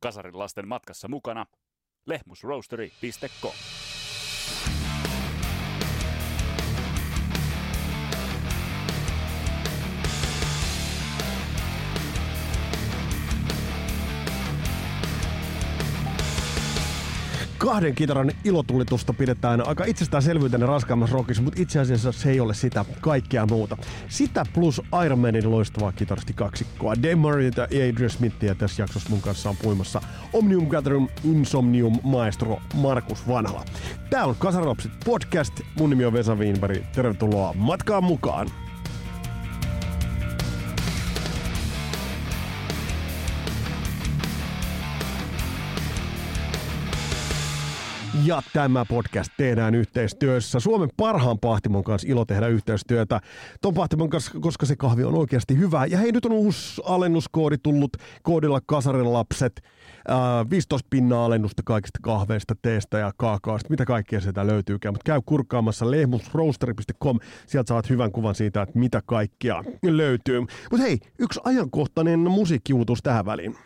Kasarin lasten matkassa mukana lehmusroastery.com. Kahden kitaran ilotulitusta pidetään aika itsestäänselvyytenä raskaammassa rockissa, mutta itse asiassa se ei ole sitä kaikkea muuta. Sitä plus Iron Maiden loistavaa kitaristikaksikkoa. Dave Murrayta ja Adrian Smithia tässä jaksossa mun kanssa on puimassa Omnium Gatherum Insomnium maestro Markus Vanhala. Tää on Kasarilapset podcast. Mun nimi on Vesa Wienberg. Tervetuloa matkaan mukaan! Ja tämä podcast tehdään yhteistyössä Suomen parhaan pahtimon kanssa. Ilo tehdä yhteistyötä ton pahtimon kanssa, koska se kahvi on oikeasti hyvä. Ja hei, nyt on uusi alennuskoodi tullut koodilla Kasarilapset. 15% alennusta kaikista kahveista, teestä ja kaakaosta. Mitä kaikkea sieltä löytyykään. Mutta käy kurkkaamassa lehmusroastery.com. Sieltä saat hyvän kuvan siitä, että mitä kaikkea löytyy. Mutta hei, yksi ajankohtainen musiikkiuutus tähän väliin.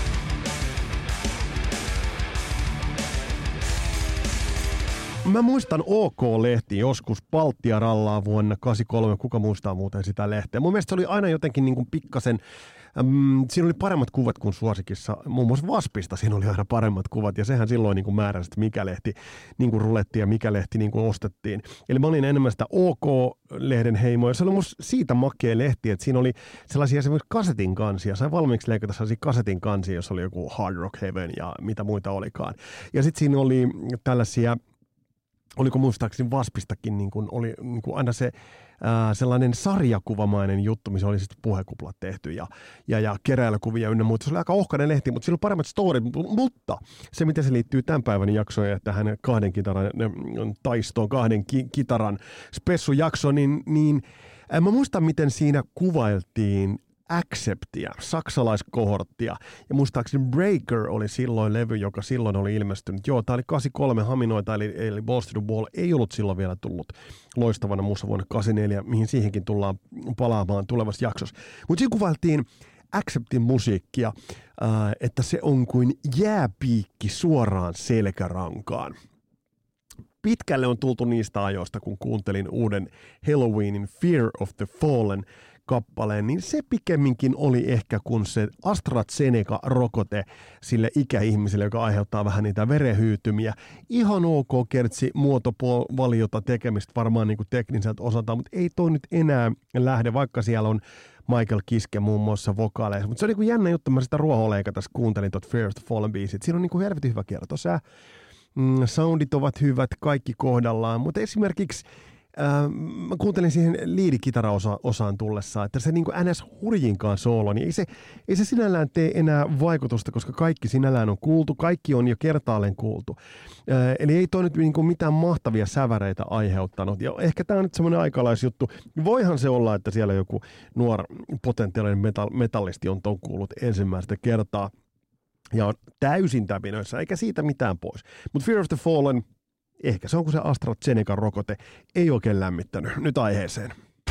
Mä muistan OK-lehti joskus Baltiarallaa vuonna 1983. Kuka muistaa muuten sitä lehteä? Mun mielestä se oli aina jotenkin niin kuin pikkasen, siinä oli paremmat kuvat kuin Suosikissa. Muun muassa Waspista siinä oli aina paremmat kuvat ja sehän silloin niin kuin määräsi, että mikä lehti niin kuin rulettiin ja mikä lehti niin kuin ostettiin. Eli mä olin enemmän sitä OK-lehden heimoa. Se oli musta siitä makea lehti, että siinä oli sellaisia esimerkiksi kasetin kansia. Sain valmiiksi leikata sellaisia kasetin kansia, jos oli joku Hard Rock Heaven ja mitä muita olikaan. Ja sitten siinä oli tällaisia, oliko muistaakseni Waspistakin, niin kuin oli niin kuin aina se sellainen sarjakuvamainen juttu, missä oli sitten puhekuplat tehty ja keräilykuvia ynnä muuta. Se oli aika ohkainen lehti, mutta sillä on paremmat storit. Mutta se, miten se liittyy tämän päivän jaksoon ja tähän kahden kitaran taistoon, kahden kitaran spessujaksoon, niin mä muistan, miten siinä kuvailtiin Acceptia, saksalaiskohorttia, ja muistaakseni Breaker oli silloin levy, joka silloin oli ilmestynyt. Joo, tää oli 83 haminoita, eli Balls to the Wall ei ollut silloin vielä tullut loistavana muussa vuonna 84, mihin siihenkin tullaan palaamaan tulevassa jaksossa. Mutta siinä kuvailtiin Acceptin musiikkia, että se on kuin jääpiikki suoraan selkärankaan. Pitkälle on tultu niistä ajoista, kun kuuntelin uuden Halloweenin Fear of the Fallen kappaleen, niin se pikemminkin oli ehkä kun se AstraZeneca-rokote sille ikäihmiselle, joka aiheuttaa vähän niitä verenhyytymiä. Ihan ok kertsi muotovaliota tekemistä varmaan niin kuin tekniseltä osalta, mutta ei toi nyt enää lähde, vaikka siellä on Michael Kiske muun muassa vokaaleissa. Mutta se oli niin jännä juttu, mä sitä ruoholeika tässä kuuntelin tuot Fear of the Fallen biisit. Siinä on niin kuin helvetin hyvä kertosää. Soundit ovat hyvät, kaikki kohdallaan, mutta esimerkiksi mä kuuntelin siihen liidikitaraosaan tullessa, että se niin kuin NS hurjinkaan soolo, niin ei se sinällään tee enää vaikutusta, koska kaikki sinällään on kuultu, kaikki on jo kertaalleen kuultu. Eli ei toi nyt niin kuin mitään mahtavia säväreitä aiheuttanut. Ja ehkä tämä on nyt semmoinen aikalaisjuttu. Voihan se olla, että siellä joku nuori potentiaalinen metallisti on ton kuullut ensimmäistä kertaa ja on täysin täpinöissä, eikä siitä mitään pois. Mutta Fear of the Fallen, ehkä se on, kun se AstraZeneca-rokote ei oikein lämmittänyt. Nyt aiheeseen.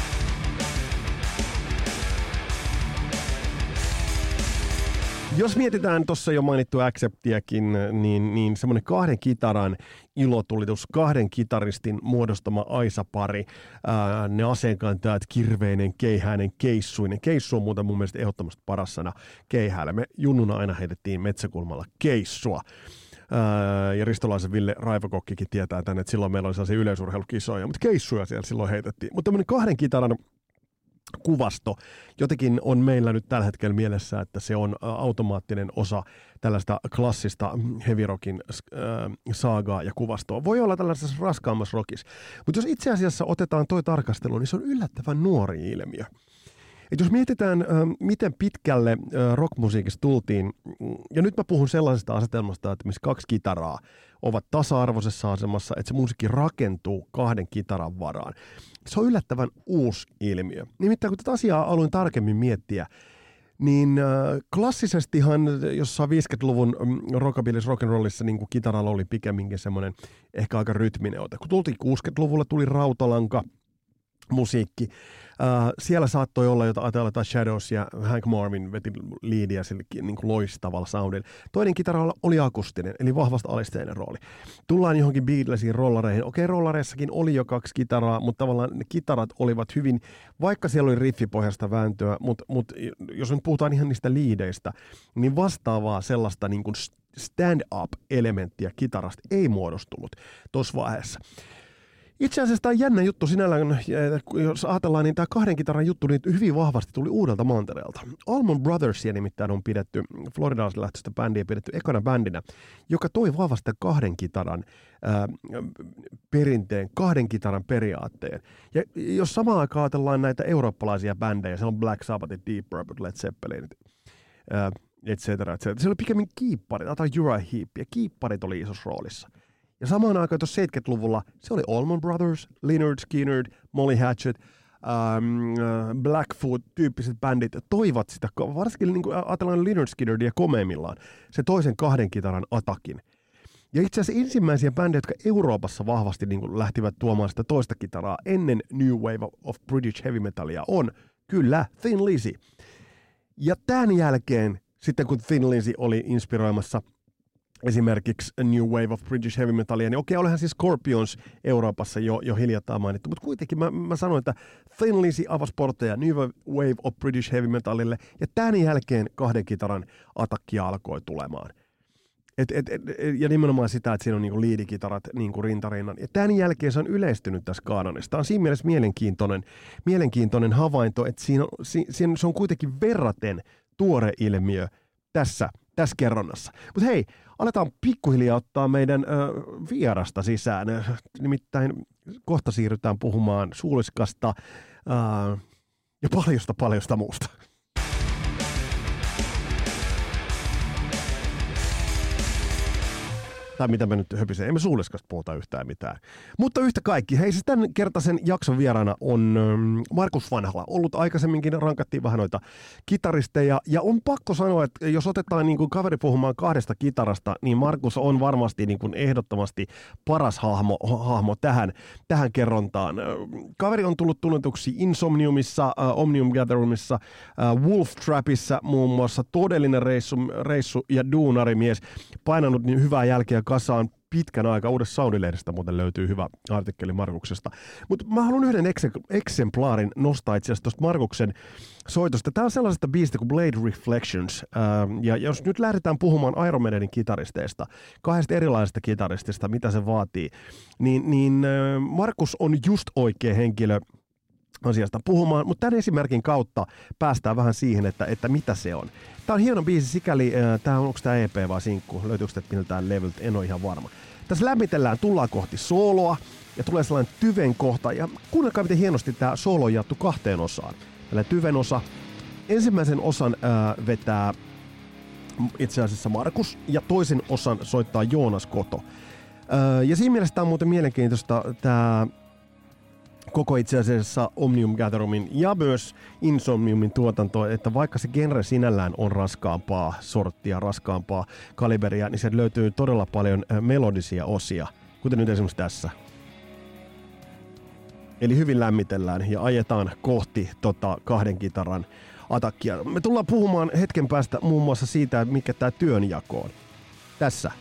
Jos mietitään tuossa jo mainittu Acceptiäkin, niin semmoinen kahden kitaran ilotulitus, kahden kitaristin muodostama aisapari, ne aseenkantajat, Kirveinen, Keihäinen, Keissuinen. Keissu on muuten mun mielestä ehdottomasti paras sana keihäällä. Me junnuna aina heitettiin Metsäkulmalla keissua. Ja Ristolaisen Ville Raivokokkikin tietää tänne, että silloin meillä oli sellaisia yleisurheilukisoja, mutta keissuja siellä silloin heitettiin. Mutta tämmöinen kahden kitaran kuvasto jotenkin on meillä nyt tällä hetkellä mielessä, että se on automaattinen osa tällaista klassista heavy rockin saagaa ja kuvastoa. Voi olla tällaisessa raskaammassa rockissa. Mutta jos itse asiassa otetaan toi tarkastelu, niin se on yllättävän nuori ilmiö. Et jos mietitään, miten pitkälle rockmusiikissa tultiin, ja nyt mä puhun sellaisesta asetelmasta, että missä kaksi kitaraa ovat tasa-arvoisessa asemassa, että se musiikki rakentuu kahden kitaran varaan. Se on yllättävän uusi ilmiö. Nimittäin kun tätä asiaa aloin tarkemmin miettiä, niin klassisestihan jossain 50-luvun rockabillys rock'n'rollissa niin kitaralla oli pikemminkin semmoinen ehkä aika rytminen ote. Kun tultiin 60-luvulla, tuli rautalanka, musiikki. Siellä saattoi olla jotain Shadows ja Hank Marvin veti liidiä sille niin kuin loistavalla soundilla. Toinen kitara oli akustinen, eli vahvasti alisteinen rooli. Tullaan johonkin Beatlesiin rollareihin. Okei, rollareissakin oli jo 2 kitaraa, mutta tavallaan ne kitarat olivat hyvin, vaikka siellä oli riffipohjasta vääntöä, mutta jos nyt puhutaan ihan niistä liideistä, niin vastaavaa sellaista niin kuin stand-up-elementtiä kitarasta ei muodostunut tuossa vaiheessa. Itse asiassa tämä on jännä juttu sinällään, jos ajatellaan, niin tämä 2 kitaran juttu niin hyvin vahvasti tuli uudelta mantereelta. Allman Brothersia nimittäin on pidetty, Floridasta lähtöistä bändiä pidetty ekana bändinä, joka toi vahvasti 2 kitaran perinteen, 2 kitaran periaatteen. Ja jos samaan aikaan ajatellaan näitä eurooppalaisia bändejä, se on Black Sabbath, Deep Purple, Led Zeppelin, et cetera. Se oli pikemmin kiipparit, tai Uriah Heep, ja kiipparit oli isossa roolissa. Ja samaan aikaan tuossa 70-luvulla se oli Allman Brothers, Lynyrd Skynyrd, Molly Hatchet, Blackfoot-tyyppiset bändit toivat sitä, varsinkin niin kuin ajatellaan Lynyrd Skynyrdia komeimmillaan, se toisen 2 kitaran atakin. Ja itse asiassa ensimmäisiä bändejä, jotka Euroopassa vahvasti niin kuin lähtivät tuomaan sitä toista kitaraa ennen New Wave of British Heavy Metalia on kyllä Thin Lizzy. Ja tämän jälkeen, sitten kun Thin Lizzy oli inspiroimassa esimerkiksi A New Wave of British Heavy Metalia, niin okei, olihan siis Scorpions Euroopassa jo hiljattain mainittu, mutta kuitenkin mä sanoin, että Thin Lizzy avasi portteja New Wave of British Heavy Metalille, ja tämän jälkeen 2 kitaran atakkia alkoi tulemaan. Ja nimenomaan sitä, että siinä on niinku liidikitarat niinku rintarinnan. Ja tämän jälkeen se on yleistynyt tässä kaanonissa. Tämä on siinä mielessä mielenkiintoinen havainto, että se on kuitenkin verraten tuore ilmiö tässä kerronnassa. Mutta hei, aletaan pikkuhiljaa ottaa meidän vierasta sisään. Nimittäin kohta siirrytään puhumaan Suuliskasta ja paljosta muusta. Tai mitä me nyt höpisee, emme Suuliskasta puhuta yhtään mitään. Mutta yhtä kaikki, hei siis tämän kertaisen jakson vieraana on Markus Vanhala. Ollut aikaisemminkin, rankattiin vähän noita kitaristeja. Ja on pakko sanoa, että jos otetaan niin kuin kaveri puhumaan 2 kitarasta, niin Markus on varmasti niin kuin ehdottomasti paras hahmo tähän kerrontaan. Kaveri on tullut tunnetuksi Insomniumissa, Omnium Gatheroomissa, Wolf Trapissa muun muassa, todellinen reissu ja duunarimies, painanut niin hyvää jälkeä kasaan pitkän aikaa. Uudessa Soundilehdestä muuten löytyy hyvä artikkeli Markuksesta. Mutta mä haluan yhden eksemplaarin nostaa itse asiassa tuosta Markuksen soitosta. Tämä on sellaisesta biisistä kuin Blade Reflections. Ja jos nyt lähdetään puhumaan Iron Maidenin kitaristeista, 2 erilaisista kitaristista, mitä se vaatii, niin Markus on just oikea henkilö asiasta puhumaan, mutta tämän esimerkin kautta päästään vähän siihen, että mitä se on. Tämä on hieno biisi sikäli, onko tämä EP vai sinkku, löytyykö tämä miltään levyltä, en ole ihan varma. Tässä lämmitellään, tullaan kohti sooloa ja tulee sellainen tyven kohta ja kuunnelkaa miten hienosti tämä soolo on jaettu 2 osaan. Tällainen tyven osa, ensimmäisen osan vetää itse asiassa Markus ja toisen osan soittaa Joonas Koto. Ja siinä mielessä tämä on muuten mielenkiintoista tämä koko itse asiassa Omnium Gatheroomin ja myös Insomniumin tuotanto, että vaikka se genre sinällään on raskaampaa sorttia, raskaampaa kaliberia, niin sieltä löytyy todella paljon melodisia osia, kuten nyt esimerkiksi tässä. Eli hyvin lämmitellään ja ajetaan kohti 2 kitaran atakkia. Me tullaan puhumaan hetken päästä muun muassa siitä, mikä tämä työnjako on. Tässä.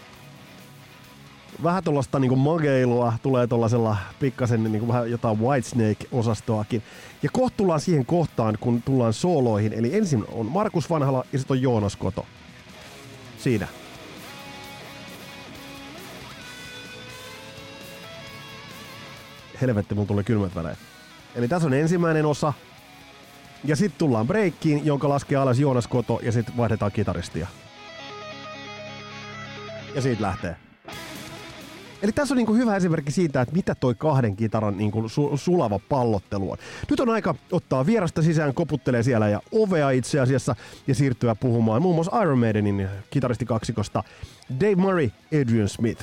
Vähän tuollaista niin mageilua, tulee tuollaisella pikkasen niin vähän jotain Whitesnake-osastoakin. Ja kohta tullaan siihen kohtaan, kun tullaan sooloihin. Eli ensin on Markus Vanhala ja sitten on Joonas Koto. Siinä. Helvetti, mulla tuli kylmät väleet. Eli tässä on ensimmäinen osa. Ja sitten tullaan breikkiin, jonka laskee alas Joonas Koto ja sitten vaihdetaan kitaristia. Ja siitä lähtee. Eli tässä on niinku hyvä esimerkki siitä, että mitä toi 2 kitaran niinku sulava pallottelu on. Nyt on aika ottaa vierasta sisään, koputtelee siellä ja ovea itse asiassa ja siirtyä puhumaan muun muassa Iron Maidenin kitaristikaksikosta Dave Murray, Adrian Smith.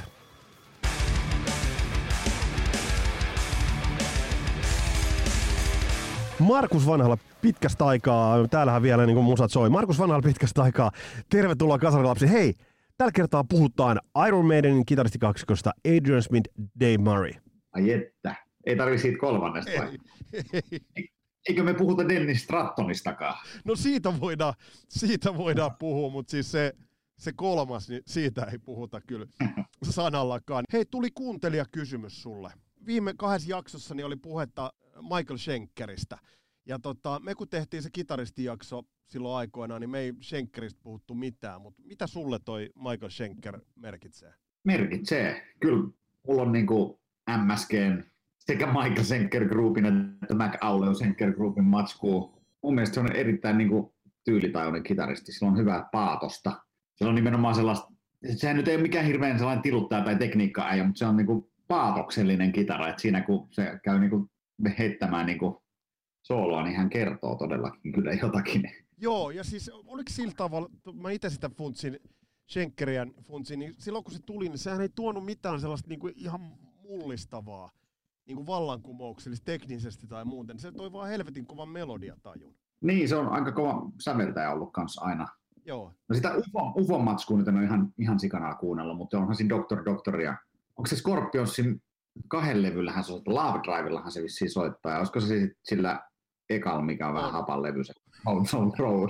Markus Vanhala pitkästä aikaa, täällähän vielä niin kuin musat soi. Markus Vanhala pitkästä aikaa, tervetuloa kasarilapsi. Hei! Tällä kertaa puhutaan Iron Maidenin kitaristikaksikosta Adrian Smith, Dave Murray. Ai että, Ei tarvitse siitä kolmannesta vai? Ei. Eikö me puhuta Dennis Strattonistakaan? No siitä voidaan puhua, mutta siis se kolmas, niin siitä ei puhuta kyllä sanallakaan. Hei, tuli kuuntelijakysymys sulle. Viime 2 jaksossa niin oli puhetta Michael Schenkeristä. Ja me kun tehtiin se kitaristijakso silloin aikoinaan, niin me ei Schenkeristä puhuttu mitään. Mutta mitä sulle toi Michael Schenker merkitsee? Merkitsee. Kyllä mulla on niinku MSGn sekä Michael Schenker Groupin että McAuley Schenker Groupin matskuu. Mun mielestä se on erittäin niinku tyylitajuinen kitaristi. Sillä on hyvää paatosta. Se on nimenomaan sellaista, sehän nyt ei ole mikään hirveän sellainen tiluttaja tai tekniikka-äijä, mutta se on niinku paatoksellinen kitara. Et siinä kun se käy niinku heittämään niinku sooloa, niin hän kertoo todellakin kyllä jotakin. Joo, ja siis oliko sillä tavalla, mä itse sitä Schenkeriä funtsin, niin silloin kun se tuli, niin sehän ei tuonut mitään sellaista niinku ihan mullistavaa, niinku vallankumouksellista teknisesti tai muuten. Se toi vaan helvetin kovan melodiatajun. Niin, se on aika kova säveltäjä ollut kanssa aina. Joo. No sitä Ufon matskuun nyt en ole ihan sikanaa kuunnella, mutta onhan siinä Doctor ja onko se Scorpionsin 2 levyllähän se soittaa, Love Drivellahan se vissiin soittaa, ja olisiko se sillä ekalla, mikä on vähän hapan levy, se Old Road.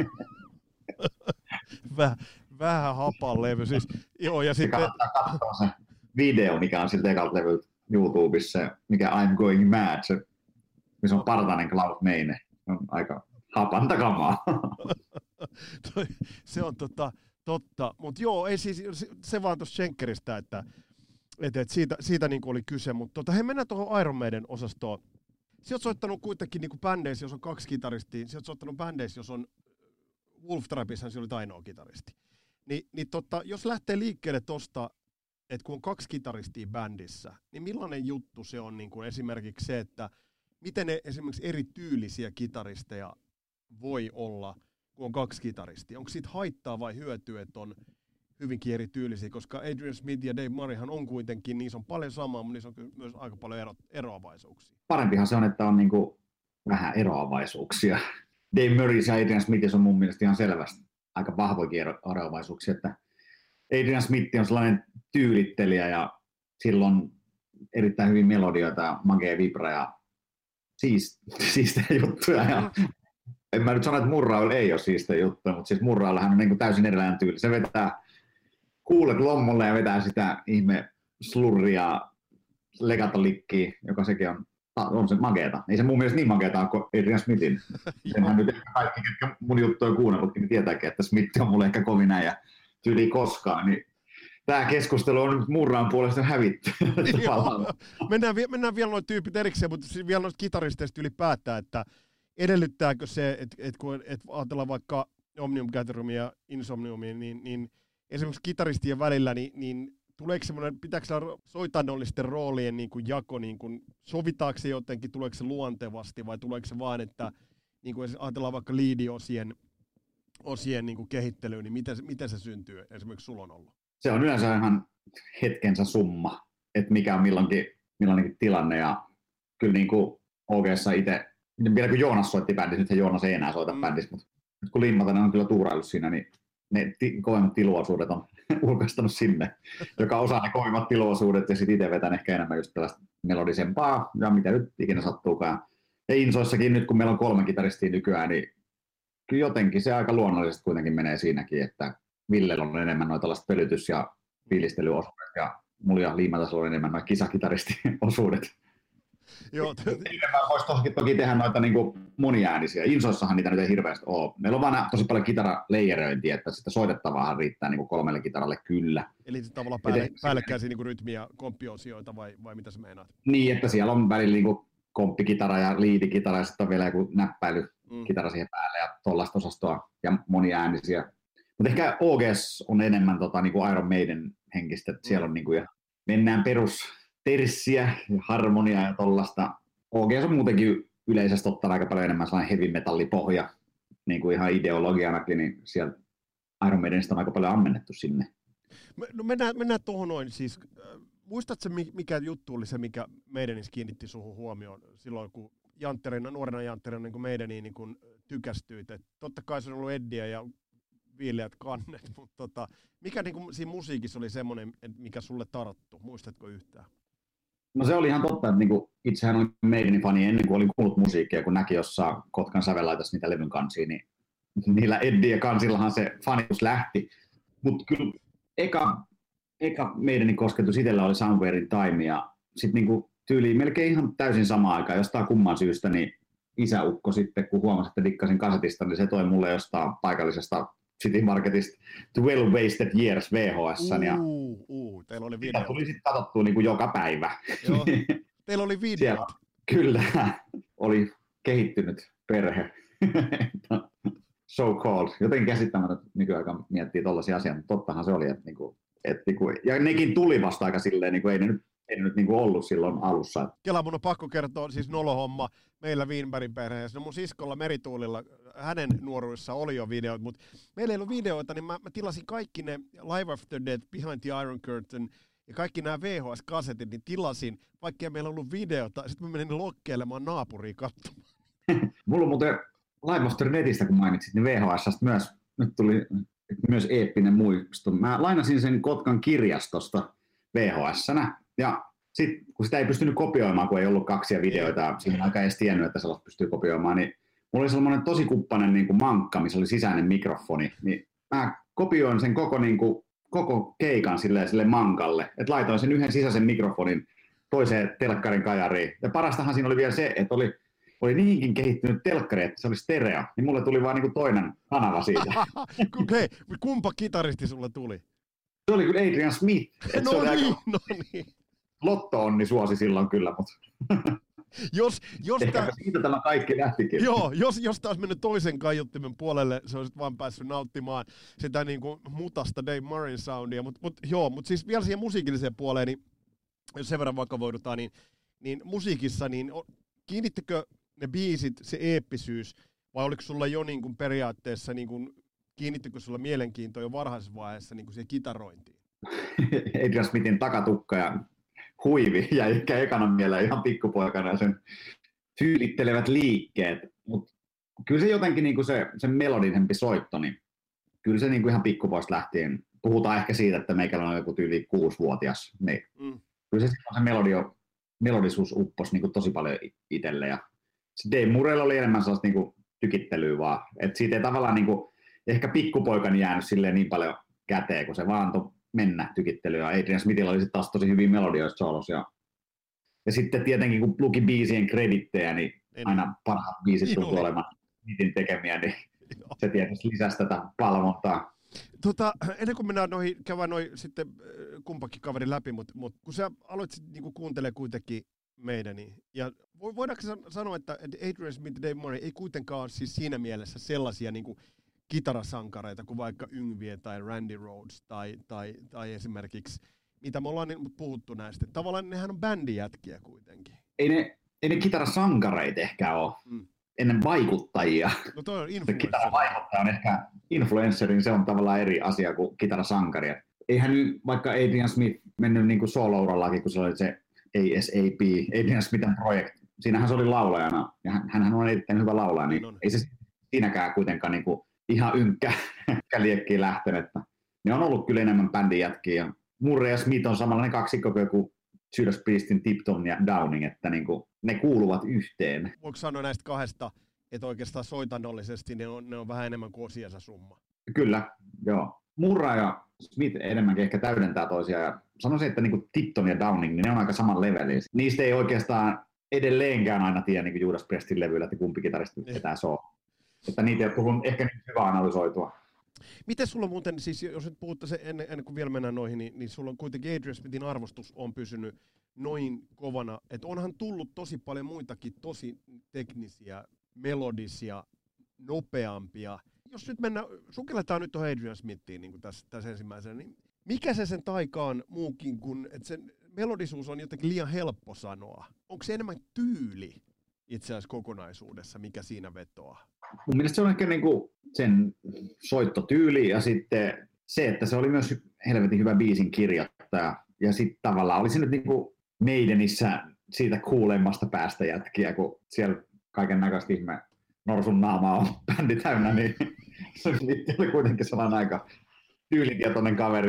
Vähän hapan levy, siis joo, ja sitten katsoa se video, mikä on siltä ekalta levyltä YouTubessa, mikä I'm Going Mad, se, missä on partainen Cloud Maine, on aika hapanta kamaa. Se on totta, mutta joo, ei siis, se vaan tuossa Schenkeristä, että siitä niin oli kyse, mutta hei, mennään tuohon Iron Maiden osastoon. Sä oot soittanut kuitenkin niin bändeissä, jos on 2 kitaristia, sä oot soittanut bändeissä, jos on Wolf Trappissahan se oli ainoa kitaristi. Jos lähtee liikkeelle tosta, että kun on 2 kitaristia bändissä, niin millainen juttu se on niin kuin esimerkiksi se, että miten ne esimerkiksi eri tyylisiä kitaristeja voi olla, kun on 2 kitaristia? Onko siitä haittaa vai hyötyä, että on hyvinkin eri tyylisiä, koska Adrian Smith ja Dave Murrayhan on kuitenkin, niissä on paljon samaa, mutta niissä on myös aika paljon eroavaisuuksia. Parempihan se on, että on niinku vähän eroavaisuuksia. Dave Murray ja Adrian Smith on mun mielestä ihan selvästi aika vahvoikin eroavaisuuksia, että Adrian Smith on sellainen tyylittelijä ja silloin erittäin hyvin melodioita ja magea vibra ja siistejä juttuja. Ja en mä nyt sano, että Murrailla ei ole siistejä juttuja, mutta siis Murraillahan on niin täysin erilainen tyyli. Se vetää kuulet lommolle ja vetää sitä ihme slurria, legatolikkiä, joka sekin on se mageeta. Ei se mun mielestä niin mageeta kuin Adrian Smithin. Senhän nyt ehkä kaikki, ketkä mun juttuja kuunnellutkin, niin tietääkin, että Smith on mulle ehkä kovin näin ja tyyli koskaan. Niin tämä keskustelu on nyt Murran puolesta hävitty. Mennään vielä noin tyypit erikseen, mutta vielä noista kitaristeista ylipäätään, että edellyttääkö se, että ajatellaan vaikka Omnium Gatheruumia ja Insomniumia, niin esimerkiksi kitaristien välillä, niin tuleeko semmoinen, pitääkö siellä soitannollisten roolien niin kuin jako, niin kuin, sovitaanko se jotenkin, tuleeko se luontevasti vai tuleeko se vaan, että niin kuin ajatellaan vaikka lead-osien niin kuin kehittelyyn, niin miten se syntyy, esimerkiksi sulla on ollut? Se on yleensä ihan hetkensä summa, että mikä on milloinkin tilanne ja kyllä niin kuin OG:ssa itse, vielä kun Joonas soitti bändissä, nythän Joonas ei enää soita bändissä, mutta nyt kun Limmatanen on kyllä tuuraillut siinä, niin ne kovemmat tiluosuudet on ulkoistanut sinne, joka osaa ne kovimmat tiluosuudet ja sitten itse vetän ehkä enemmän just tällaista melodisempaa ja mitä nyt ikinä sattuukaan. Ja Insoissakin nyt kun meillä on 3 kitaristia nykyään, niin kyllä jotenkin se aika luonnollisesti kuitenkin menee siinäkin, että Villellä on enemmän noita tällaiset pölytys- ja fiilistelyosuudet ja mulla ja Liimatasella on enemmän noita kisakitaristin-osuudet. Joo. Voisi toki tehdä noita niin kuin moniäänisiä. Insoissahan niitä nyt ei hirveästi ole. Meillä on vaan tosi paljon kitaraleijeröintiä, että sitä soitettavaahan riittää niin kuin 3 kitaralle kyllä. Eli tavallaan päällekkäisiä niin kuin rytmi- ja komppiosioita vai mitä sä meinaat? Niin, että siellä on välillä niin kuin komppikitara ja liidikitara ja sitten on vielä joku näppäilykitara siihen päälle ja tollaista osastoa ja moniäänisiä. Mutta ehkä OGS on enemmän niin kuin Iron Maiden henkistä, että siellä on niin kuin, ja mennään perusterssiä ja harmoniaa ja tollaista. OGS on muutenkin yleisesti ottaa aika paljon enemmän sellainen heavy metallipohja, niin kuin ihan ideologianakin, niin siellä Iron Maidenista on aika paljon ammennettu sinne. No mennään tuohon noin. Siis, muistatko mikä juttu oli se, mikä Maidenissä kiinnitti suhun huomioon silloin, kun nuorena jantterina niin Maideniin niin tykästyit? Et totta kai se on ollut Eddiä ja viileät kannet, mutta mikä niin kuin siinä musiikissa oli semmoinen, mikä sulle tarttu? Muistatko yhtään? No se oli ihan totta, että niinku, itsehän olin Maidenin fani ennen kuin olin kuullut musiikkia, kun näki jossain Kotkan sävelaitossa niitä levyn kansia, niin niillä Eddie ja kansillahan se fanitus lähti. Mutta kyllä eka Maidenin kosketus itsellä oli Somewhere Time, ja sitten niinku tyyliin melkein ihan täysin samaan aikaan, jostain kumman syystä, niin isäukko sitten, kun huomasi, että dikkasin kasetista, niin se toi mulle jostain paikallisesta City Marketista 12 Wasted Years VHS. Teillä oli video. Tuli sitten katsottua niin kuin joka päivä. Joo, teillä oli videot. Kyllä, oli kehittynyt perhe. So called. Jotenkin käsittämättä nykyaikaan miettii tollaisia asioita, mutta tottahan se oli. Ja nekin tuli vasta aika silleen, niin kuin ei ne nyt niin kuin ollut silloin alussa. Kela, mun on pakko kertoa, siis nolohomma meillä Wienbergin perheessä. No mun siskolla Merituulilla, hänen nuoruudessa oli jo videot, mutta meillä ei ollut videoita, niin mä tilasin kaikki ne Live After Death, Behind the Iron Curtain ja kaikki nämä VHS-kasetit, niin tilasin, vaikka ei meillä ollut videota. Sitten mä menin lokkeilemaan naapuriin katsomaan. Mulla on muuten Live After Deathistä, kun mainitsit, niin VHS:stä myös, nyt tuli myös eeppinen muisto. Mä lainasin sen Kotkan kirjastosta VHS-nä, ja sitten kun sitä ei pystynyt kopioimaan, kun ei ollut kaksia videoita, ja siihen aikaan ei edes tiennyt, että sellaista pystyy kopioimaan, niin mulla oli sellainen tosi kuppainen niin kuin mankka, missä oli sisäinen mikrofoni, niin mä kopioin sen koko keikan sille mankalle, että laitoin sen yhden sisäisen mikrofonin toiseen telkkarin kajariin, ja parastahan siinä oli vielä se, että oli niinkin kehittynyt telkkari, että se oli stereo, niin mulle tuli vaan niin kuin toinen kanava siitä. Hei, kumpa kitaristi sulle tuli? Se oli kyllä Adrian Smith. No niin. Lotto-onni suosi silloin kyllä, mutta jos siitä tämä kaikki lähtikin. Joo, jos taas mennyt toisen kaiuttimen puolelle, se olisi vaan päässyt nauttimaan sitä niin kuin mutasta Dave Murrayn soundia, mutta siis vielä siihen musiikilliseen puoleen, niin jos sen verran vakavoidutaan, niin musiikissa, niin kiinnittekö ne biisit, se eeppisyys, vai oliko sulla jo niin kuin periaatteessa, niin kuin, kiinnittikö sulla mielenkiintoa jo varhaisessa vaiheessa niin kuin siihen kitarointiin? Adrian Smithin takatukka ja huivi jäi ehkä ekana mieleen ihan pikkupoikana ja sen tyylittelevät liikkeet, mutta kyllä se jotenkin niin kuin se melodisempi soitto, niin kyllä se niin kuin ihan pikkupoista lähtien, puhutaan ehkä siitä, että meikällä on joku tyyli 6-vuotias, niin kyllä se melodisuus upposi niin kuin tosi paljon itselle, ja se Dave Murraylla oli enemmän sellaista niin kuin tykittelyä vaan, että siitä ei tavallaan niin kuin, ehkä pikkupoikani jäänyt silleen niin paljon käteen, kun se vaan antoi mennä tykittelyä, ja Adrian Smithilla oli sitten taas tosi hyviä melodioita solos, ja sitten tietenkin kun luki biisien kredittejä, niin aina parhaat biisit tuntuu olemaan Smithin tekemiä, niin se tietysti lisäsi tätä palvontaa. Ennen kuin mennään käydään sitten kumpakin kaveri läpi, mutta kun sä aloit niinku kuuntelemaan kuitenkin meidän, niin, ja voidaanko sanoa, että Adrian Smith ja Dave Murray ei kuitenkaan ole siis siinä mielessä sellaisia niinku kitarasankareita kuin vaikka Yngwie tai Randy Rhoads tai esimerkiksi, mitä me ollaan puhuttu näistä. Tavallaan nehän on bändijätkiä kuitenkin. Ei ne kitarasankareita ehkä ole. Ennen vaikuttajia. No toi on influencer. Kitaravaikuttaja on ehkä influencerin, se on tavallaan eri asia kuin kitarasankari. Eihän nyt vaikka Adrian Smith mennyt niin kuin solo-urallakin, kun se oli se ASAP, Adrian Smithin projekti. Siinähän se oli laulajana, ja hänhän on erittäin hyvä laulaja, niin ei se siinäkään kuitenkaan niin kuin ihan ynkkäliekkiin lähtenyt. Ne on ollut kyllä enemmän bändin jätkiä, ja Murray ja Smith on samanlainen kaksikko kuin Judas Priestin Tipton ja Downing, että niin kuin ne kuuluvat yhteen. Voiko sanoa näistä kahdesta, että oikeastaan soitannollisesti ne on vähän enemmän kuin osiensa summa? Kyllä, joo. Murray ja Smith enemmänkin ehkä täydentää toisiaan, ja sanoisin, että niin kuin Tipton ja Downing, niin ne on aika saman levelin. Niistä ei oikeastaan edelleenkään aina tiedä niin kuin Judas Priestin levyillä, että kumpi kitaristi ketään soo. Että niitä ei ole tullut ehkä niin hyvä analysoitua. Miten sulla muuten, siis jos nyt puhuttaisiin ennen kuin vielä mennään noihin, niin sulla on kuitenkin Adrian Smithin arvostus on pysynyt noin kovana, että onhan tullut tosi paljon muitakin tosi teknisiä, melodisia, nopeampia. Jos nyt sukelletaan nyt tuohon Adrian Smithiin niin kuin tässä ensimmäisenä, niin mikä se sen taika on muukin kuin, että sen melodisuus on jotenkin liian helppo sanoa? Onko se enemmän tyyli itse asiassa kokonaisuudessa, mikä siinä vetoaa? Mun mielestä se on ehkä niinku sen soittotyyli ja sitten se, että se oli myös helvetin hyvä biisin kirjoittaja. Ja sitten tavallaan oli se nyt niinku Maidenissä siitä kuulemmasta päästä jätkiä, kun siellä kaiken näköistä ihme norsun naamaa on bändi täynnä, niin se oli kuitenkin sellainen aika tyylitietoinen kaveri.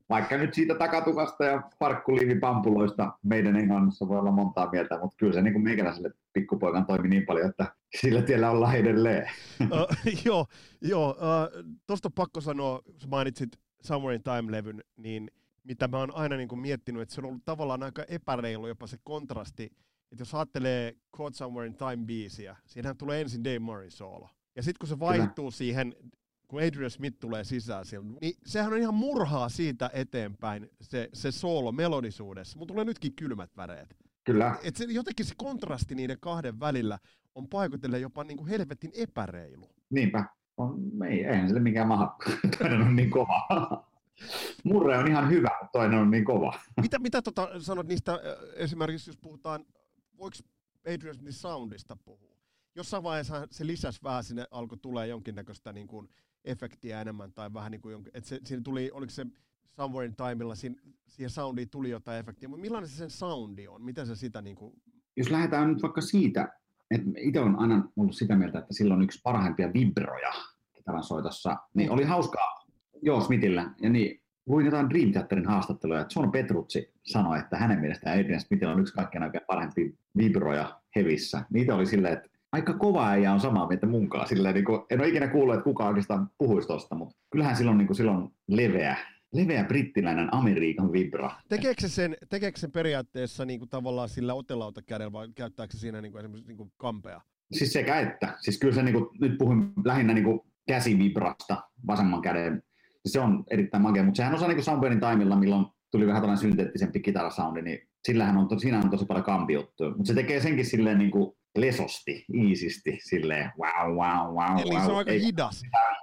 vaikka nyt siitä takatukasta ja parkkuliivipampuloista meidän Englannissa voi olla montaa mieltä, mutta kyllä se niin kuin meikäläiselle pikkupoikan toimi niin paljon, että sillä tiellä ollaan edelleen. Joo. Tuosta pakko sanoa, kun mainitsit Somewhere in Time-levyn, niin mitä mä oon aina niin kuin miettinyt, että se on ollut tavallaan aika epäreilu jopa se kontrasti, että jos ajattelee Caught Somewhere in Time-biisiä, siinähän tulee ensin Dave Murray soolo. Ja sitten kun se vaihtuu siihen, kun Adrian Smith tulee sisään siellä, niin sehän on ihan murhaa siitä eteenpäin, se soolo melodisuudessa. Mun tulee nytkin kylmät väreet. Kyllä. Et se, jotenkin se kontrasti niiden kahden välillä on paikoitellen jopa niin kuin helvetin epäreilu. Niinpä. Eihän sille mikään maha. Toinen on niin kova. Murre on ihan hyvä, mutta toinen on niin kova. Mitä sanot niistä, esimerkiksi jos puhutaan, voiko Adrian Smithin soundista puhua? Jossain vaiheessa se lisäsi vähän, sinne alkoi tulee jonkinnäköistä niin kuin efektiä enemmän, tai vähän niin kuin, että siinä tuli, oliko se Somewhere in Timella, siihen soundiin tuli jotain efektiä, mutta millainen se sen soundi on? Miten se sitä niin kuin... Jos lähdetään nyt vaikka siitä, että itse olen aina ollut sitä mieltä, että sillä on yksi parhaimpia vibroja kitaran soitossa, niin oli hauskaa Smithillä, ja niin luin jotain Dream Theaterin haastatteluja, että John Petrucci sanoi, että hänen mielestään Adrian Smithillä on yksi kaikkein oikein parhaimpia vibroja hevissä. Niitä oli silleen, että aika kova äijä on samaa mieltä munkaan. Silleen, niin kuin, en ole ikinä kuullut, että kukaan oikeastaan puhuisi tosta, mutta kyllähän silloin, niin kuin, silloin leveä brittiläinen Amerikan vibra. Tekeekö sen periaatteessa niin kuin tavallaan sillä otelautakädellä vai käyttääkö se siinä niin kuin esimerkiksi niin kuin kampea? Siis sekä että. Siis kyllä se, niin kuin, nyt puhun lähinnä niin kuin käsivibrasta vasemman käden. Se on erittäin makea, mutta sehän osaa niin kuin Somewhere in Timella, milloin tuli vähän tällainen synteettisempi kitarasoundi, niin siinä on tosi paljon kampijuttuja. Mutta se tekee senkin silleen niin kuin lesosti, iisisti, silleen wow. Eli se on aika hidas.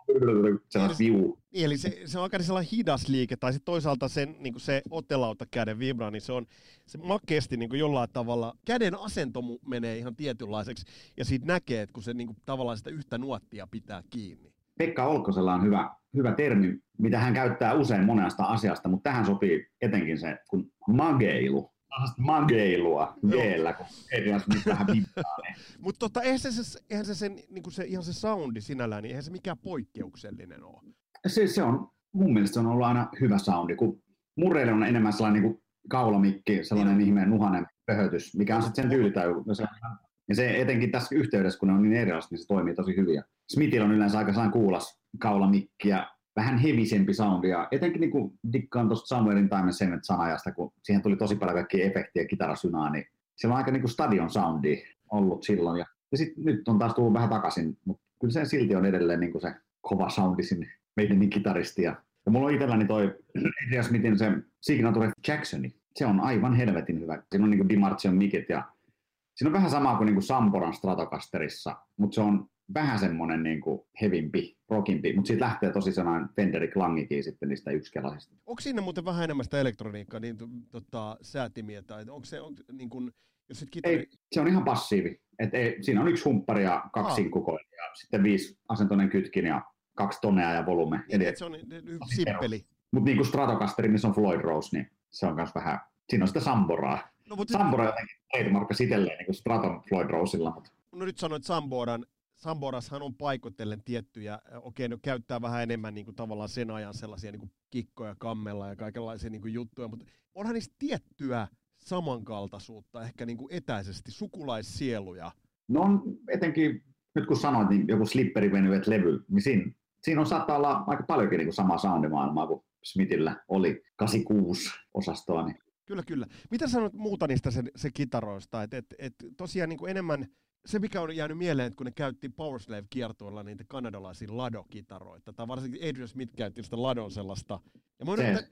Eli se on aika sellainen hidas liike, tai sitten toisaalta sen, niin se otelautakäden vibra, niin se makeasti niin jollain tavalla, käden asento menee ihan tietynlaiseksi, ja siitä näkee, että kun se niin kuin, tavallaan sitä yhtä nuottia pitää kiinni. Pekka Olkkosella on hyvä termi, mitä hän käyttää usein monesta asiasta, mutta tähän sopii etenkin se, kun mageilua G-llä, kun Adrian Smith vähän viittaa. Mutta eihän se niinku ihan se soundi sinällään, niin eihän se mikään poikkeuksellinen ole. Se on, mun mielestä se on ollut aina hyvä soundi, kun Murreille on enemmän sellainen niin kuin kaulamikki, sellainen ihmeen nuhanen pöhötys, mikä on sitten sen tyylitaju. Ja se etenkin tässä yhteydessä, kun ne on niin erilaiset, niin se toimii tosi hyvin. Smithillä on yleensä aika sellainen kuulas kaulamikki ja vähän hevisempi soundi, ja etenkin niin dikkaan tuosta Somewhere in Time sen sanajasta, kun siihen tuli tosi paljon kaikkia efektiä ja kitarasynaa, niin se on aika niin kuin stadion soundi ollut silloin. Ja sitten nyt on taas tullut vähän takaisin, mutta kyllä se silti on edelleen niin kuin se kova soundi sinne meidän kitaristia. Ja mulla on itselläni toi Adrian Smithin se Signature Jacksoni. Se on aivan helvetin hyvä. Siinä on niin kuin DiMarzion mikit ja siinä on vähän samaa kuin Samporan Stratocasterissa, mutta se on vähän semmoinen niin kuin hevimpi, rockimpi, mutta siitä lähtee tosi sellainen Fenderi klangikin sitten niistä yksikelasista. Onko siinä muuten vähän enemmän sitä elektroniikkaa, niin säätimiä, tai onko se niin kuin, jos sit kitari... Ei, se on ihan passiivi. Siinä on yksi humppari ja 2 sinkkukoilia ja sitten 5 asentoinen kytkin ja 2 tonea ja volume. Niin, eli se on simppeli. Mutta niin kuin Stratocasterin, missä on Floyd Rose, niin se on myös vähän, siinä on sitä Samboraa. No, Sambora jotenkin trademarkkas itselleen niin kuin Straton Floyd Rosella. Mutta... No nyt sanoit Samborashan on paikoitellen tiettyjä, no käyttää vähän enemmän niin kuin tavallaan sen ajan sellaisia niin kuin kikkoja kammella ja kaikenlaisia niin kuin juttuja, mutta onhan niistä tiettyä samankaltaisuutta, ehkä niin kuin etäisesti, sukulaissieluja. No on etenkin, nyt kun sanoit, niin joku Slipperi venyvät levy, niin siinä on saattaa olla aika paljonkin niin kuin samaa soundimaailmaa kuin Smithillä oli 86-osastoa. Niin. Kyllä. Mitä sanot muuta niistä se kitaroista? Et tosiaan niin kuin enemmän... Se, mikä on jäänyt mieleen, että kun ne käytti Powerslave-kiertoilla niitä kanadalaisia Lado-kitaroita, tai varsinkin Adrian Smith käytti sitä Ladon sellaista. Ja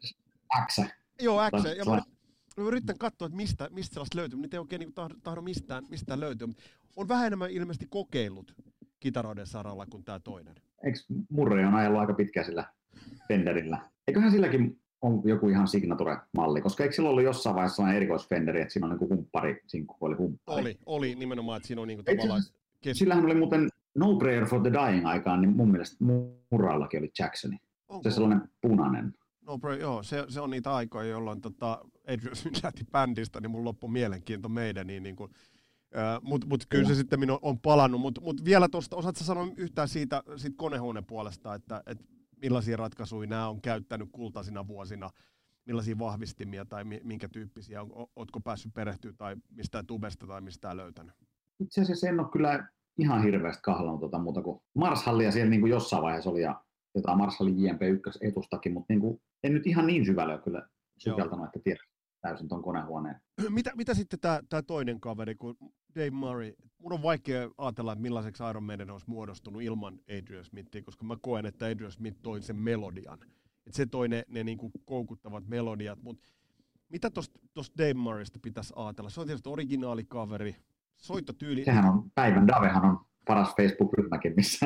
X. Joo, X. Ja mä yritän katsoa, että mistä sellaista löytyy. Niitä ei oikein niin tahdo mistään löytyä. On vähän enemmän ilmeisesti kokeillut kitaroiden saralla kuin tämä toinen. Eikö Murray on ajellut aika pitkään sillä Fenderillä? Eiköhän silläkin on joku ihan signature-malli, koska eikö sillä ollut jossain vaiheessa sellainen erikoisfenderi, että siinä on niin humppari, sinkkukoili humppari? Oli nimenomaan, että siinä on niin tavallaan... Sillähän oli muuten No Prayer for the Dying aikaan, niin mun mielestä Murrallakin oli Jacksoni. Se sellainen punainen. No Prayer, joo, se on niitä aikoja, jolloin Adrian Smith lähti bändistä, niin mun loppui mielenkiinto meidän, niin kuin, mutta kyllä se sitten on palannut, mutta vielä tuosta, osaatko sanoa yhtään siitä konehuoneen puolesta, että millaisia ratkaisuja nämä on käyttänyt kultaisina vuosina millaisia vahvistimia tai minkä tyyppisiä? Ootko päässyt perehtyä tai mistään tubesta tai mistään löytänyt? Itse asiassa en ole kyllä ihan hirveästi kahlannut muuta kuin Marshallia siellä niin kuin jossain vaiheessa oli ja jotain Marshallin JMP1 etustakin, mutta niin kuin, en nyt ihan niin syvällä ole kyllä sukeltanut, että tiedän täysin tuon konehuoneen. Mitä sitten tämä toinen kaveri, kun Dave Murray, mun on vaikea ajatella, että millaiseksi Iron Maiden olisi muodostunut ilman Adrian Smithia, koska mä koen, että Adrian Smith toi sen melodian. Että se toi ne niinku koukuttavat melodiat, mutta mitä tosta Dave Murraysta pitäisi ajatella? Se on tietysti originaalikaveri, soittotyyli. Sehän on, päivän Davehan on paras Facebook-ryhmäkin, missä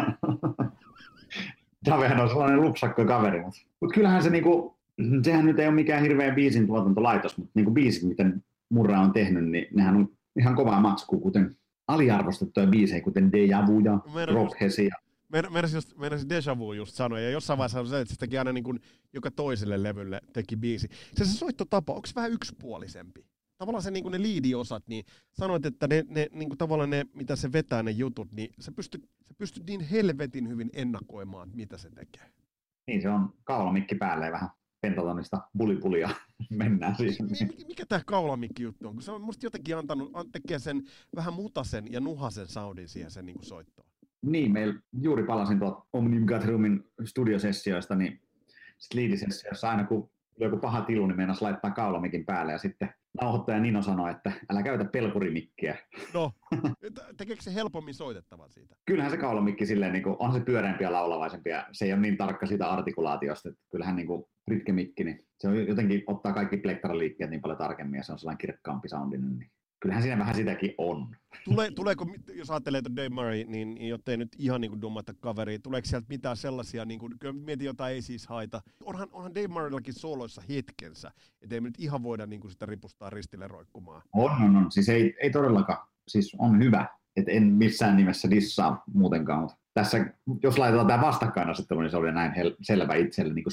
Davehan on sellainen lupsakko kaveri. Mutta kyllähän se niinku, sehän nyt ei ole mikään hirveä biisin tuotantolaitos, mutta niinku biisit, miten Murra on tehnyt, niin nehän on ihan kovaa matskua, kuten aliarvostettuja biisejä, kuten Deja Vu ja Rob Hesi. Meinasin Deja Vu just sanoa, ja jossain vaiheessa on se, että se teki aina niin kuin joka toiselle levylle teki biisi. Se soittotapa, onko se vähän yksipuolisempi? Tavallaan se, niin kuin ne liidiosat, niin sanoit, että ne niin kuin tavallaan ne, mitä se vetää ne jutut, niin se pystyt niin helvetin hyvin ennakoimaan, mitä se tekee. Niin, se on kaulamikki päälle ja vähän pentatonista bulipulia mennään siihen. Mikä tämä kaulamikki-juttu on? Kun se on musta jotenkin tekee sen vähän mutasen ja nuhasen soundin siihen sen niin kuin soittoon. Niin, meillä juuri palasin tuolta Omnium Gatroomin studiosessioista, niin sitten liidisessioissa aina kun joku paha tilu, niin meinasi laittaa kaulamikin päälle ja sitten nauhoittaja Nino sanoi, että älä käytä pelkurimikkiä. No, tekeekö se helpommin soitettavan siitä? Kyllähän se kaulamikki silleen, niin on se pyöreämpi ja laulavaisempi ja se ei ole niin tarkka siitä artikulaatiosta, että kyllähän niin ritkemikki, niin se on jotenkin ottaa kaikki plekkaraliikkeet niin paljon tarkemmin ja se on sellainen kirkkaampi soundinen, niin kyllähän siinä vähän sitäkin on. Tuleeko, jos ajattelee, että Dave Murray, niin jottei nyt ihan niin kuin dummata kaveria, tuleeko sieltä mitään sellaisia, niin kuin, mietin jotain ei siis haita. Onhan Dave Murrayllakin sooloissa hetkensä, ettei me nyt ihan voida niin kuin sitä ripustaa ristille roikkumaan. On. Siis ei todellakaan. Siis on hyvä, että en missään nimessä dissaa muutenkaan, mutta tässä, jos laitetaan tämä vastakkainasettelu, niin se oli näin selvä itselle. Niin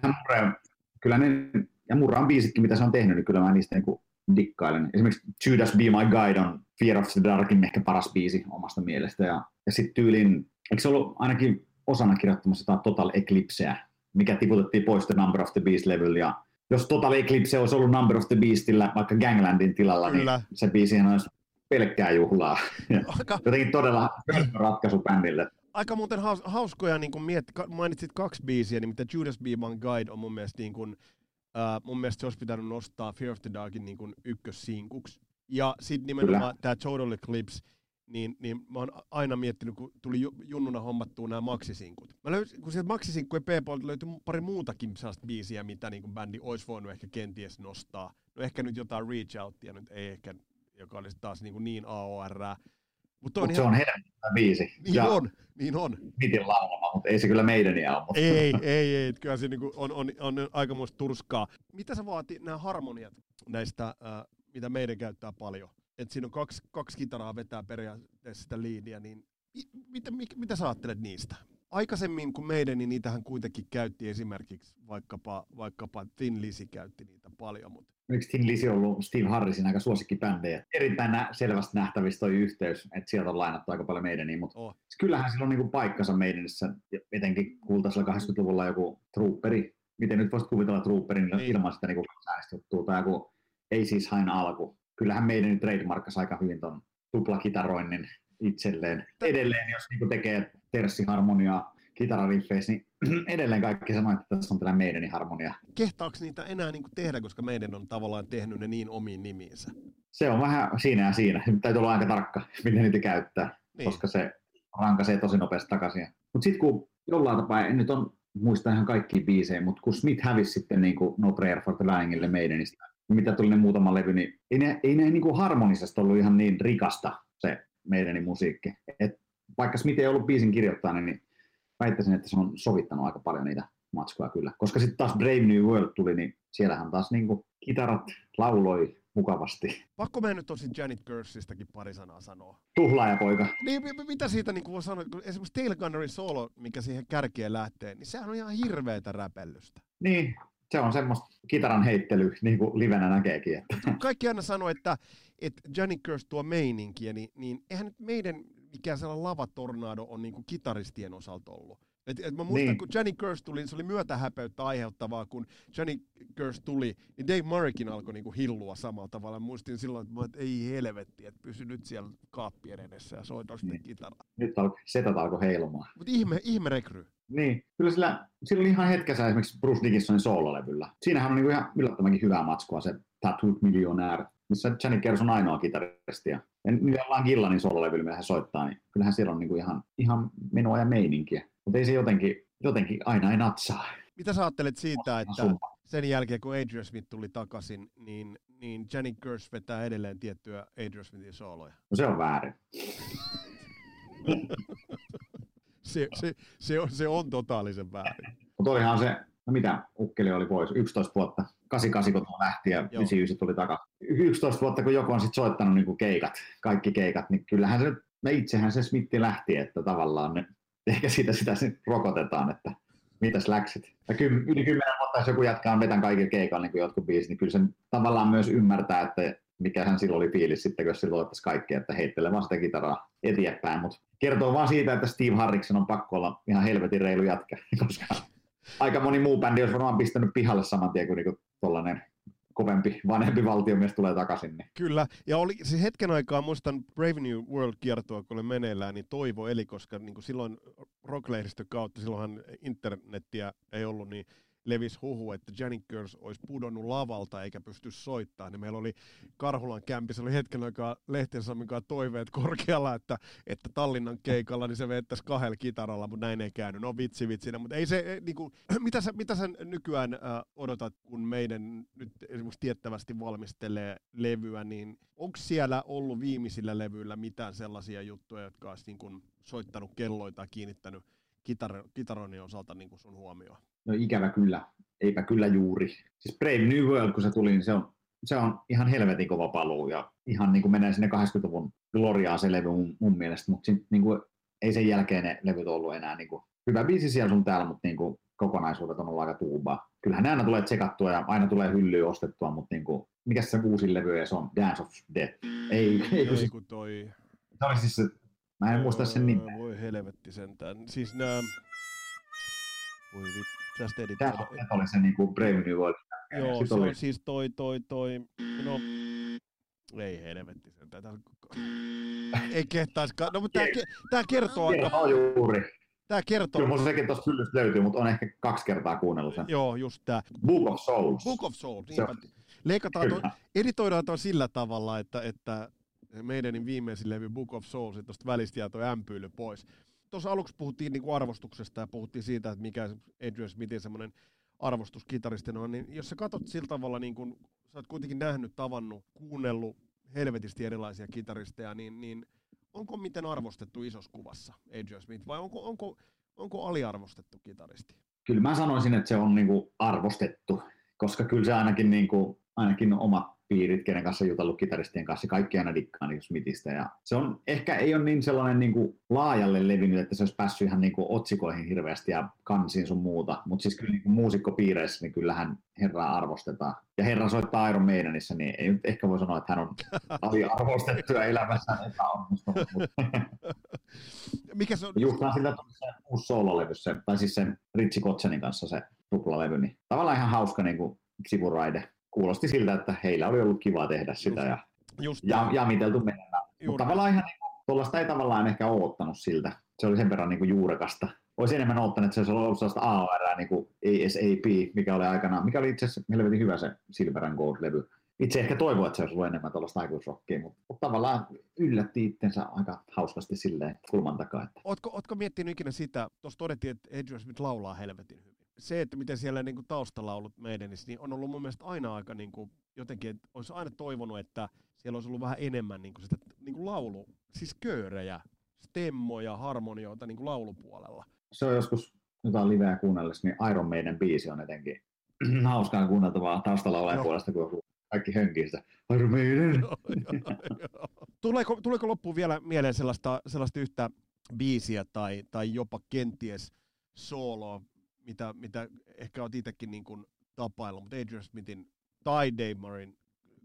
Murra on biisitkin, mitä se on tehnyt, niin kyllä mä niistä niin dikkailen. Esimerkiksi Judas Be My Guide on Fear of the Darkin ehkä paras biisi omasta mielestä. Ja sitten tyyliin, eikö se ollut ainakin osana kirjoittamassa jotain Total Eclipseä, mikä tiputettiin pois The Number of the Beast-levyllä. Ja jos Total Eclipse olisi ollut Number of the Beastillä vaikka Ganglandin tilalla, kyllä, niin se biisihän olisi pelkkää juhlaa. Jotenkin todella ratkaisu bändille. Aika muuten hauskoja, niin kun mainitsit 2 biisiä, niin mitä Judas Be My Guide on mun mielestä niin kun, mun mielestä se olisi pitänyt nostaa Fear of the Darkin niin kuin ykkössinkuksi. Ja sitten nimenomaan tämä Total Eclipse, niin mä oon aina miettinyt, kun tuli junnuna hommattua nämä maksisinkut. Mä löysin, kun sieltä maksisinkkujen P-puolelta löytyi pari muutakin sellaista biisiä, mitä niin kuin bändi olisi voinut ehkä kenties nostaa. No ehkä nyt jotain Reach Outia, nyt ei ehkä, joka olisi taas niin AOR. Mutta se on hedelmällinen biisi. Niin on. Mitin laulama, mutta ei se kyllä meidäniä ole. Mutta. Ei. Kyllä se niinku on aikamoista turskaa. Mitä sä vaatii nämä harmoniat näistä, mitä meidän käyttää paljon? Että siinä on kaksi kitaraa vetää periaatteessa sitä liidiä, niin mitä sä ajattelet niistä? Aikaisemmin kuin meidän, niin niitähän kuitenkin käytti esimerkiksi vaikkapa Thin Lizzy käytti niitä paljon. Mutta miksi Thin Lizzy on ollut Steve Harrisin aika suosikkibändejä? Erittäin selvästi nähtävissä toi yhteys, että sieltä on lainattu aika paljon meidäniä, mutta kyllähän sillä on niinku paikkansa meidänissä, etenkin kultaisella 80-luvulla joku Trooperi. Miten nyt voisit kuvitella Trooperin ilman sitä niinku kansainvälistä tai joku Ei siis hain alku. Kyllähän meidän trademarkkasi aika hyvin ton tuplakitaroinnin itselleen. Edelleen, jos niinku tekee terssiharmoniaa kitarariffeissä, niin edelleen kaikki sanoo, että tässä on tällainen meidänin harmonia. Kehtaako niitä enää niinku tehdä, koska meidän on tavallaan tehnyt ne niin omiin nimiinsä? Se on vähän siinä ja siinä. Täytyy olla aika tarkka, miten niitä käyttää, koska se rankaisee tosi nopeasti takaisin. Mutta sitten kun jollain tapaa, en nyt muista ihan kaikkia biisejä, mutta kun Smith hävisi sitten niinku No Prayer for the Dyingille meidänistä, mitä tuli ne muutama levy, niin ei ne niinku harmonisesti ollut ihan niin rikasta se meidänin musiikki. Et vaikka Smith ei ollut biisin kirjoittajana, niin väittäisin, että se on sovittanut aika paljon niitä matskuja kyllä. Koska sitten taas Brave New World tuli, niin siellähän taas niinku kitarat lauloi mukavasti. Pakko mä nyt tosin Janet Gersistäkin pari sanaa sanoa. Tuhlaajapoika. Niin, mitä siitä niin voi sanoa, kun esimerkiksi Tail Gunnerin solo, mikä siihen kärkeen lähtee, niin sehän on ihan hirveätä räpellystä. Niin, se on semmoista kitaran heittelyä, niin kuin livenä näkeekin. Että. Kaikki aina sanoo, että Janet Gers tuo meininkiä, niin eihän nyt meidän mikään sellainen lavatornado on niin kuin kitaristien osalta ollut. Mä muistan, kun Johnny Curse tuli, niin se oli myötähäpeyttä aiheuttavaa, kun Johnny Curse tuli, niin Dave Murraykin alkoi niinku hillua samalla tavalla. Muistin silloin, että ei helvetti, että pysy nyt siellä kaappien edessä ja soita sitä kitaraa. Nyt setat alkoi heilumaan. Mutta ihme rekry. Niin, kyllä sillä oli ihan hetkessä esimerkiksi Bruce Dickinsonin soololevyllä. Siinähän on niinku ihan yllättävänkin hyvää matskua se Tattooed Millionaire, missä Johnny Curse on ainoa kitaristi. Ja ollaan Gillanin soololevyllä, mitä hän soittaa, niin kyllähän siellä on niinku ihan menoa ja meininkiä. Mutta ei se jotenkin aina ei natsaa. Mitä sä ajattelet siitä, että sen jälkeen kun Adrian Smith tuli takaisin, niin Johnny Curse vetää edelleen tiettyjä Adrian Smithin sooloja? No se on väärin. se on totaalisen väärin. Mutta olihan se, no mitä Ukkeli oli pois, 11 vuotta. 88 kun tuo lähti ja 99 tuli takaisin. 11 vuotta kun joku on sitten soittanut niinku kaikki keikat, niin kyllähän se, itsehän se Smithi lähti, että tavallaan ne, ehkä sitä rokotetaan, että mitäs läksit. Ja yli 10 vuotta, jos joku jätkä on vetän kaikilla keikalla niin kuin jotkut biisit, niin kyllä se tavallaan myös ymmärtää, että mikä hän silloin oli fiilis sitten, kun se luottaisi kaikkea, että heittelee vaan sitä kitaraa eteenpäin. Mutta kertoo vaan siitä, että Steve Harriksen on pakko olla ihan helvetin reilu jätkä, koska aika moni muu bändi olisi varmaan pistänyt pihalle saman tien, kun tollainen kovempi, vanhempi valtiomies tulee takaisin. Niin. Kyllä, ja oli se hetken aikaa, muistan Brave New World-kiertoa, kun oli meneillään, niin toivo eli, koska niin kuin silloin rock-lehdistön kautta, silloinhan internettiä ei ollut, niin levisi huhu, että Johnny Curse olisi pudonnut lavalta eikä pysty soittamaan. Niin meillä oli Karhulan kämpissä, oli hetken aikaa Lehtensammin kanssa toiveet korkealla, että Tallinnan keikalla niin se vettäisi 2 kitaralla, mutta näin ei käynyt. No vitsinä, mutta ei se, niin kuin, mitä sä nykyään odotat, kun meidän nyt esimerkiksi tiettävästi valmistelee levyä, niin onko siellä ollut viimeisillä levyillä mitään sellaisia juttuja, jotka olisi niin kuin soittanut kelloita tai kiinnittänyt kitaronin osalta niin kuin sun huomioon? No ikävä kyllä, eipä kyllä juuri. Siis Brave New World, kun se tuli, niin se on ihan helvetin kova paluu ja ihan niin kuin menee sinne 80-luvun gloriaan se levy mun mielestä, mutta niin kuin, ei sen jälkeen ne levyt ollut enää niin kuin, hyvä biisi siellä sun täällä, mutta niin kuin, kokonaisuudet on ollut aika tuubaa. Kyllähän ne aina tulee tsekattua ja aina tulee hyllyä ostettua, mutta niin kuin, mikä se uusin levy se on? Dance of Death. Ei kun toi... Se oli siis se, mä en muista sen nimeä. Voi helvetti sentään. Siis nää... Voi vittu. Tämä oli se niinku Brave New World. Joo, se on siis toi, no, ei helvetti sen, ei kehtaiskaan, no mutta tää kertoo aika... Kertoo juuri. Tää kertoo... Kyllä mun sekin tosta hyllystä löytyy, mutta on ehkä 2 kertaa kuunnellut sen. Joo, just tää. Book of Souls. Book of Souls, niinpä. Leikataan editoidaan toi sillä tavalla, että meidän viimeisin levy Book of Souls, että tosta välistä jää toi ämpyily pois. Tuossa aluksi puhuttiin niinku arvostuksesta ja puhuttiin siitä, että mikä Adrian Smithin semmoinen arvostus kitaristina on, niin jos sä katsot sillä tavalla, niin kun sä oot kuitenkin nähnyt, tavannut, kuunnellut helvetisti erilaisia kitaristeja, niin onko miten arvostettu isossa kuvassa Adrian Smith vai onko aliarvostettu kitaristi? Kyllä mä sanoisin, että se on niinku arvostettu, koska kyllä se ainakin omat piirit, kenen kanssa jutellut kitaristien kanssa, kaikki aina dikkaa niin Smithistä. Ja se on ehkä ei ole niin sellainen niin kuin laajalle levinnyt, että se olisi päässyt ihan niin kuin otsikoihin hirveästi ja kansiin sun muuta. Mutta siis kyllä niin kuin muusikkopiireissä, niin kyllähän herraa arvostetaan. Ja herra soittaa Iron Maidenissa, niin ei nyt ehkä voi sanoa, että hän on aliarvostettu ja elämässään epäonnistunut. Mikä se on? Juhtaan siltä tuli se uusi soololevy, tai siis sen Ritchie Kotzenin kanssa se tuplalevy. Niin tavallaan ihan hauska niin kuin sivuraide. Kuulosti siltä, että heillä oli ollut kiva tehdä sitä ja jamiteltu menemään. Mutta tavallaan ihan tuollaista ei tavallaan ehkä ole ottanut siltä. Se oli sen verran niin kuin juurekasta. Olisi enemmän ottanut, että se olisi ollut sellaista AOR, niin kuin ASAP, mikä oli aikanaan, mikä oli itse asiassa helvetin hyvä se Silver and Gold-levy. Itse ehkä toivoin, että se olisi ollut enemmän tuollaista aikuisrockia, mutta tavallaan yllätti itsensä aika hauskasti silleen kulman takaa. Että. Ootko miettinyt ikinä sitä, tuossa todettiin, että Adrian Smith laulaa helvetin hyvin. Se, että miten siellä niin kuin taustalla on ollut meidän, niin on ollut mun mielestä aina aika niin kuin, jotenkin, että olisi aina toivonut, että siellä olisi ollut vähän enemmän niin kuin sitä niin kuin laulu, siis köörejä, stemmoja, harmonioita niin kuin laulupuolella. Se on joskus jotain liveä kuunnellessa, niin Iron Maiden biisi on jotenkin hauskaa kuunneltavaa taustalla olevan puolesta, kun kaikki hönkii sitä Iron Maiden. Tuleeko loppuun vielä mieleen sellaista yhtä biisiä tai jopa kenties sooloa, mitä ehkä olet itsekin niin kuin tapaillut, mutta Adrian Smithin tai Dave Murrayn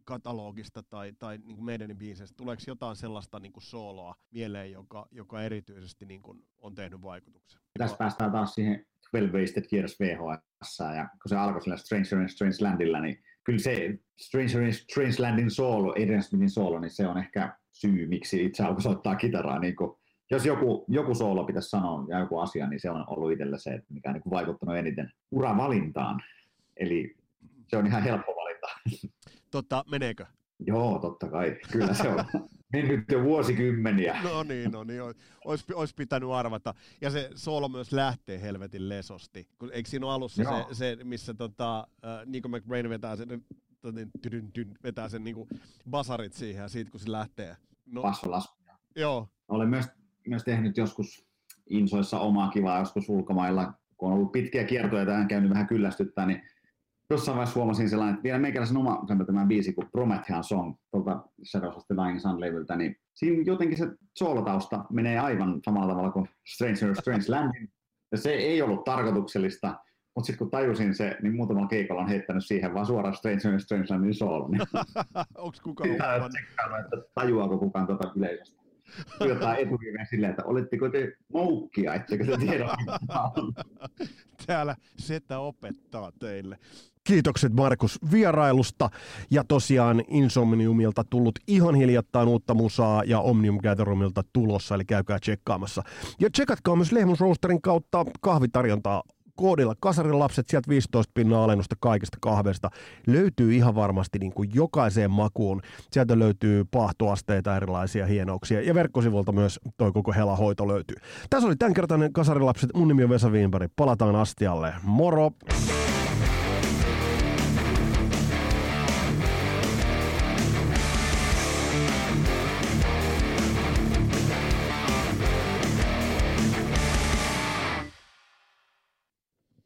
katalogista tai niin kuin meidän biiseistä? Tuleeko jotain sellaista niin kuin sooloa mieleen, joka erityisesti niin kuin on tehnyt vaikutuksen? Tässä päästään taas siihen 12 Wasted Years VHS, ja kun se alkoi sillä Stranger in Strange Landilla, niin kyllä se Stranger in Strange Landin soolo, Adrian Smithin soolo, niin se on ehkä syy, miksi itse alkoi soittaa kitaraa. Niin kuin, jos joku soolo pitäisi sanoa ja joku asia, niin se on ollut itsellä se, että mikä on niin kuin vaikuttanut eniten uravalintaan. Eli se on ihan helppo valinta. Meneekö? Joo, totta kai. Kyllä se on mennyt jo vuosikymmeniä. No niin. Olisi pitänyt arvata. Ja se soolo myös lähtee helvetin lesosti. Eikö siinä ole alussa se missä Nico McBrain vetää sen niinku basarit siihen ja siitä kun se lähtee. Bassolaskuja. Joo. Olen myös tehnyt joskus insoissa omaa kivaa joskus ulkomailla, kun on ollut pitkiä kiertoja ja käynyt vähän kyllästyttää, niin jossain vaiheessa huomasin sellainen, että vielä meikäläisen oma tämän biisi kuin Promethean Song tuolta Shadows of the Dying Sun-levyltä, niin siinä jotenkin se soolotausta menee aivan samalla tavalla kuin Stranger Strange Landin. Ja se ei ollut tarkoituksellista, mutta sitten kun tajusin se, niin muutamalla keikalla on heittänyt siihen vaan suoraan Stranger Strange Landin soolon. Onko kukaan huomannut? Että tajuaako kukaan tuota yleisöstä. Jotain etuviiveen silleen, että oletteko te moukkia, ettekö te tiedä, mitä on. Täällä Setä opettaa teille. Kiitokset Markus vierailusta, ja tosiaan Insomniumilta tullut ihan hiljattain uutta musaa ja Omnium Gatherumilta tulossa, eli käykää tsekkaamassa. Ja tsekatkaa myös Lehmus Roasterin kautta kahvitarjontaa koodilla Kasarilapset, sieltä 15% alennusta kaikesta kahvesta. Löytyy ihan varmasti niin kuin jokaiseen makuun. Sieltä löytyy paahtoasteita, erilaisia hienouksia, ja verkkosivulta myös toi koko helahoito löytyy. Tässä oli tämänkertainen Kasarilapset. Mun nimi on Vesa Wienberg. Palataan astialle. Moro!